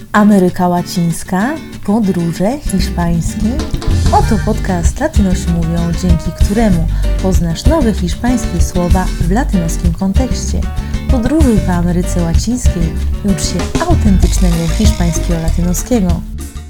Ameryka Łacińska, podróże hiszpańskie. Oto podcast Latynosi mówią, dzięki któremu poznasz nowe hiszpańskie słowa w latynoskim kontekście. Podróżuj po Ameryce Łacińskiej i ucz się autentycznego hiszpańskiego latynoskiego.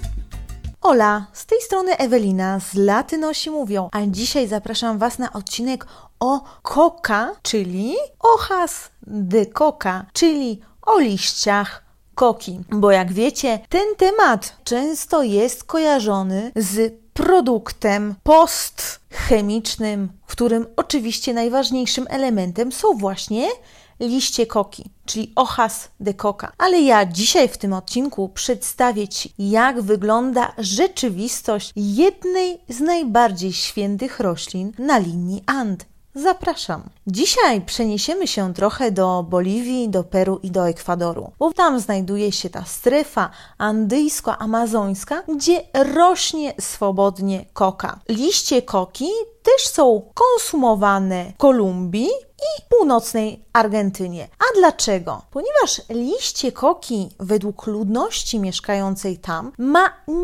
Hola, z tej strony Ewelina z Latynosi mówią, a dzisiaj zapraszam Was na odcinek o coca, czyli hojas de coca, czyli o liściach koki. Bo jak wiecie, ten temat często jest kojarzony z produktem postchemicznym, w którym oczywiście najważniejszym elementem są właśnie liście koki, czyli hojas de coca. Ale ja dzisiaj w tym odcinku przedstawię Ci, jak wygląda rzeczywistość jednej z najbardziej świętych roślin na linii And. Zapraszam. Dzisiaj przeniesiemy się trochę do Boliwii, do Peru i do Ekwadoru, bo tam znajduje się ta strefa andyjsko-amazońska, gdzie rośnie swobodnie koka. Liście koki też są konsumowane w Kolumbii i północnej Argentynie. A dlaczego? Ponieważ liście koki według ludności mieszkającej tam ma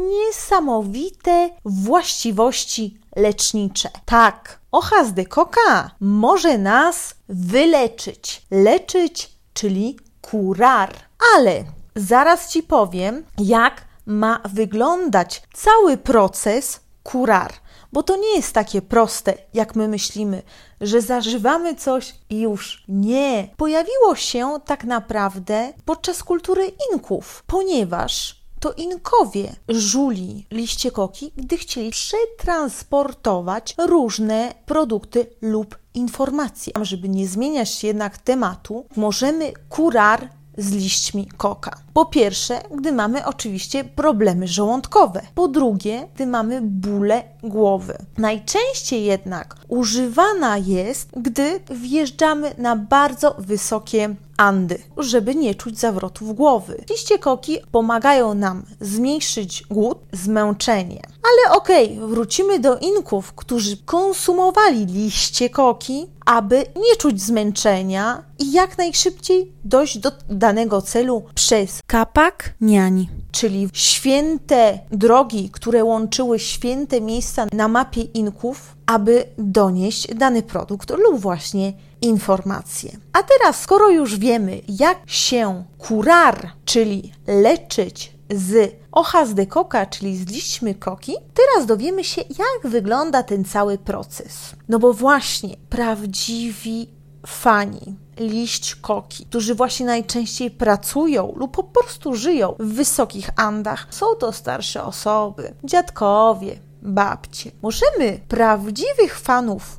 niesamowite właściwości lecznicze. Tak, hojas de coca może nas wyleczyć. Leczyć, czyli curar. Ale zaraz Ci powiem, jak ma wyglądać cały proces curar. Bo to nie jest takie proste, jak my myślimy, że zażywamy coś i już. Nie. Pojawiło się tak naprawdę podczas kultury Inków, ponieważ to Inkowie żuli liście koki, gdy chcieli przetransportować różne produkty lub informacje. Żeby nie zmieniać jednak tematu, możemy curar z liśćmi koka. Po pierwsze, gdy mamy oczywiście problemy żołądkowe. Po drugie, gdy mamy bóle głowy. Najczęściej jednak używana jest, gdy wjeżdżamy na bardzo wysokie Andy, żeby nie czuć zawrotów głowy. Liście koki pomagają nam zmniejszyć głód, zmęczenie. Ale wrócimy do Inków, którzy konsumowali liście koki, aby nie czuć zmęczenia i jak najszybciej dojść do danego celu przez Capac Ñani, czyli święte drogi, które łączyły święte miejsca na mapie Inków, aby donieść dany produkt lub właśnie informacje. A teraz, skoro już wiemy, jak się curar, czyli leczyć z hojas de coca, czyli z liśćmi koki, teraz dowiemy się, jak wygląda ten cały proces. No bo właśnie prawdziwi fani liść koki, którzy właśnie najczęściej pracują lub po prostu żyją w wysokich Andach, są to starsze osoby, dziadkowie, babcie. Możemy prawdziwych fanów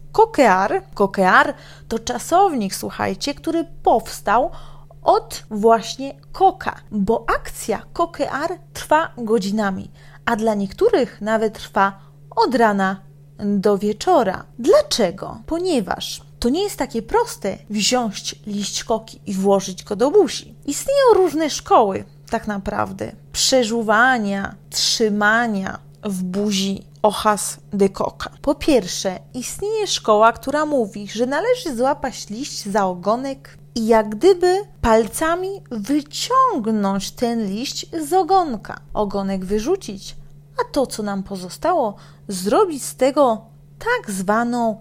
coquear to czasownik, słuchajcie, który powstał od właśnie koka, bo akcja coquear trwa godzinami, a dla niektórych nawet trwa od rana do wieczora. Dlaczego? Ponieważ to nie jest takie proste wziąć liść koki i włożyć go do buzi. Istnieją różne szkoły tak naprawdę przeżuwania, trzymania w buzi hojas de coca. Po pierwsze, istnieje szkoła, która mówi, że należy złapać liść za ogonek i jak gdyby palcami wyciągnąć ten liść z ogonka. Ogonek wyrzucić, a to, co nam pozostało, zrobić z tego tak zwaną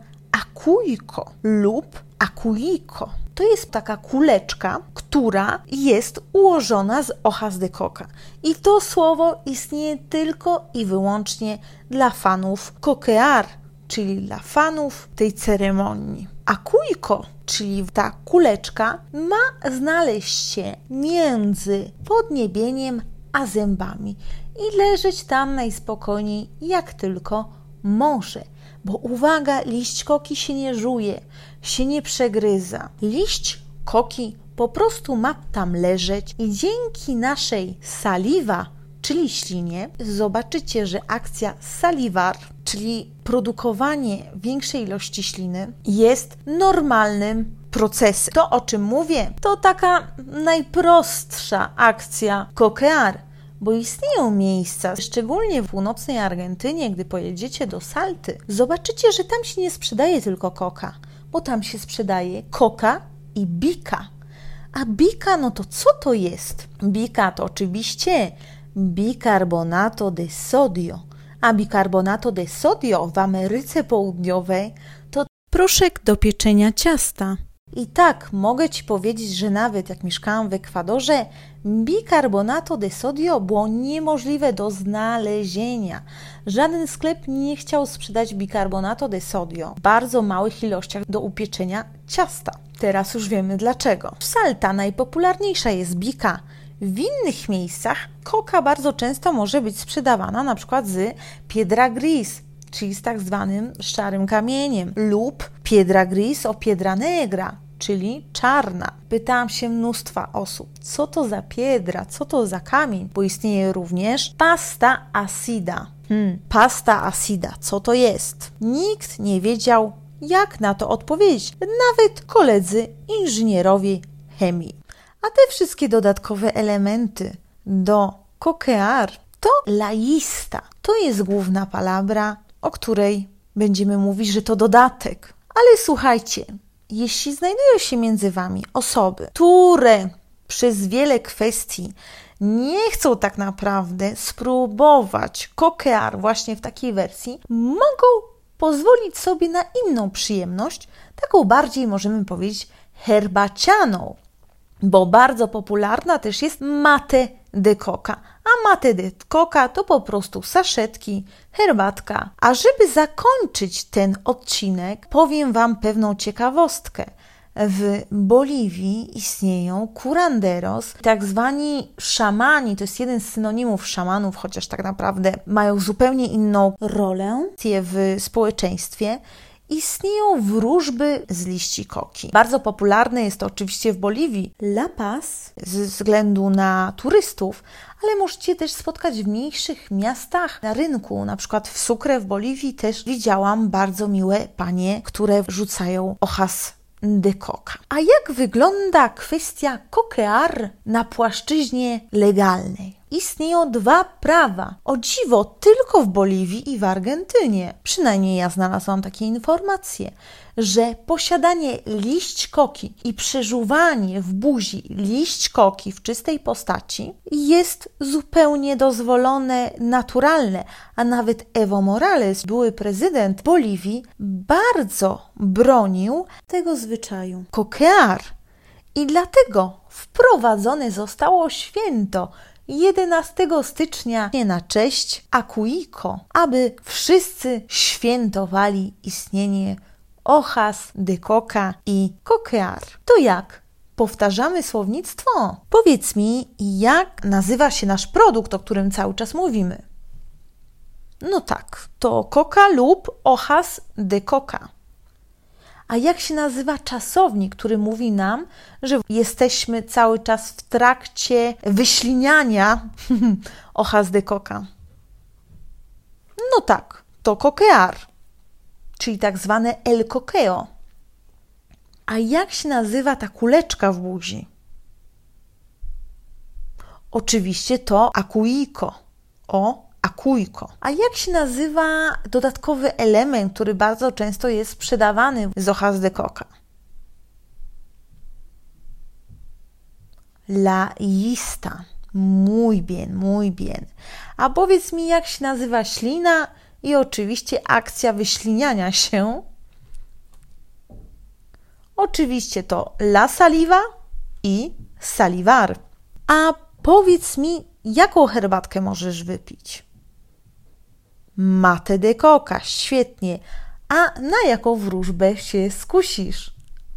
akujko lub akuliko. To jest taka kuleczka, która jest ułożona z hojas de coca. I to słowo istnieje tylko i wyłącznie dla fanów coquear, czyli dla fanów tej ceremonii. Akujko, czyli ta kuleczka, ma znaleźć się między podniebieniem a zębami i leżeć tam najspokojniej jak tylko może. Bo uwaga, liść koki się nie żuje, się nie przegryza. Liść koki po prostu ma tam leżeć i dzięki naszej saliva, czyli ślinie, zobaczycie, że akcja salivar, czyli produkowanie większej ilości śliny, jest normalnym procesem. To, o czym mówię, to taka najprostsza akcja coquear, bo istnieją miejsca, szczególnie w północnej Argentynie, gdy pojedziecie do Salty, zobaczycie, że tam się nie sprzedaje tylko koka, bo tam się sprzedaje coca i bica. A bica, no to co to jest? Bica to oczywiście bicarbonato de sodio. A bicarbonato de sodio w Ameryce Południowej to proszek do pieczenia ciasta. I tak, mogę Ci powiedzieć, że nawet jak mieszkałam w Ekwadorze, bicarbonato de sodio było niemożliwe do znalezienia. Żaden sklep nie chciał sprzedać bicarbonato de sodio w bardzo małych ilościach do upieczenia ciasta. Teraz już wiemy dlaczego. W Salta najpopularniejsza jest bica. W innych miejscach coca bardzo często może być sprzedawana na przykład z piedra gris, czyli z tak zwanym szarym kamieniem, lub piedra gris o piedra negra, czyli czarna. Pytałam się mnóstwa osób, co to za piedra, co to za kamień, bo istnieje również pasta acida. Pasta acida, co to jest? Nikt nie wiedział, jak na to odpowiedzieć, nawet koledzy inżynierowie chemii. A te wszystkie dodatkowe elementy do coquear to laista. To jest główna palabra, o której będziemy mówić, że to dodatek. Ale słuchajcie, jeśli znajdują się między Wami osoby, które przez wiele kwestii nie chcą tak naprawdę spróbować coquear właśnie w takiej wersji, mogą pozwolić sobie na inną przyjemność, taką bardziej możemy powiedzieć herbacianą, bo bardzo popularna też jest mate de coca. A mate de coca to po prostu saszetki, herbatka. A żeby zakończyć ten odcinek, powiem Wam pewną ciekawostkę. W Boliwii istnieją curanderos, tak zwani szamani, to jest jeden z synonimów szamanów, chociaż tak naprawdę mają zupełnie inną rolę w społeczeństwie. Istnieją wróżby z liści koki. Bardzo popularne jest to oczywiście w Boliwii, La Paz, ze względu na turystów, ale możecie też spotkać w mniejszych miastach na rynku. Na przykład w Sucre w Boliwii też widziałam bardzo miłe panie, które rzucają hojas de coca. A jak wygląda kwestia coquear na płaszczyźnie legalnej? Istnieją dwa prawa. O dziwo, tylko w Boliwii i w Argentynie. Przynajmniej ja znalazłam takie informacje, że posiadanie liść koki i przeżuwanie w buzi liść koki w czystej postaci jest zupełnie dozwolone, naturalne, a nawet Evo Morales, były prezydent Boliwii, bardzo bronił tego zwyczaju. Coquear. I dlatego wprowadzone zostało święto 11 stycznia na cześć Acuico, aby wszyscy świętowali istnienie hojas de coca i coquear. To jak? Powtarzamy słownictwo? Powiedz mi, jak nazywa się nasz produkt, o którym cały czas mówimy? No tak, to coca lub hojas de coca. A jak się nazywa czasownik, który mówi nam, że jesteśmy cały czas w trakcie wyśliniania hojas de coca? No tak, to coquear, czyli tak zwane el coqueo. A jak się nazywa ta kuleczka w buzi? Oczywiście to acuico, acuico. A jak się nazywa dodatkowy element, który bardzo często jest sprzedawany z hojas de coca? La lista. Muy bien. A powiedz mi, jak się nazywa ślina i oczywiście akcja wyśliniania się? Oczywiście to la saliva i salivar. A powiedz mi, jaką herbatkę możesz wypić? Mate de coca, świetnie. A na jaką wróżbę się skusisz?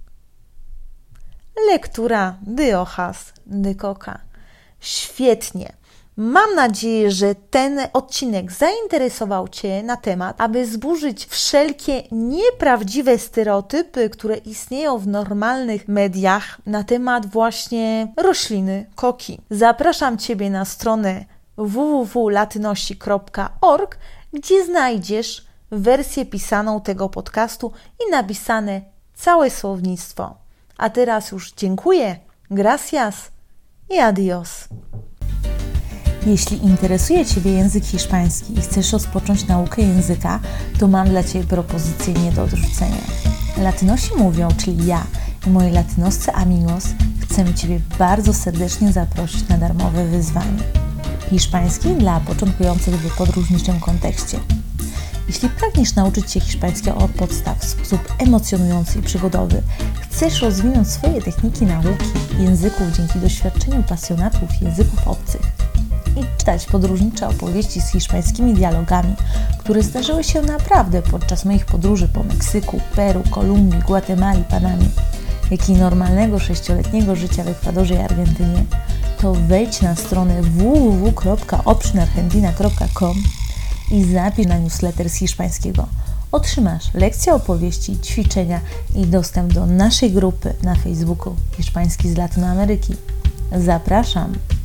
Lektura de hojas de coca. Świetnie. Mam nadzieję, że ten odcinek zainteresował Cię na temat, aby zburzyć wszelkie nieprawdziwe stereotypy, które istnieją w normalnych mediach na temat właśnie rośliny koki. Zapraszam Ciebie na stronę www.latyności.org, gdzie znajdziesz wersję pisaną tego podcastu i napisane całe słownictwo. A teraz już dziękuję, gracias i adios. Jeśli interesuje Ciebie język hiszpański i chcesz rozpocząć naukę języka, to mam dla Ciebie propozycję nie do odrzucenia. Latynosi mówią, czyli ja i moi latynoscy amigos, chcemy Ciebie bardzo serdecznie zaprosić na darmowe wyzwanie. Hiszpański dla początkujących w podróżniczym kontekście. Jeśli pragniesz nauczyć się hiszpańskiego od podstaw w sposób emocjonujący i przygodowy, chcesz rozwinąć swoje techniki nauki języków dzięki doświadczeniu pasjonatów języków obcych i czytać podróżnicze opowieści z hiszpańskimi dialogami, które zdarzyły się naprawdę podczas moich podróży po Meksyku, Peru, Kolumbii, Gwatemali, Panamie, jak i normalnego 6-letniego życia w Ekwadorze i Argentynie, to wejdź na stronę www.optionargentina.com i zapisz na newsletter z hiszpańskiego. Otrzymasz lekcje opowieści, ćwiczenia i dostęp do naszej grupy na Facebooku Hiszpański z Latynoameryki. Zapraszam!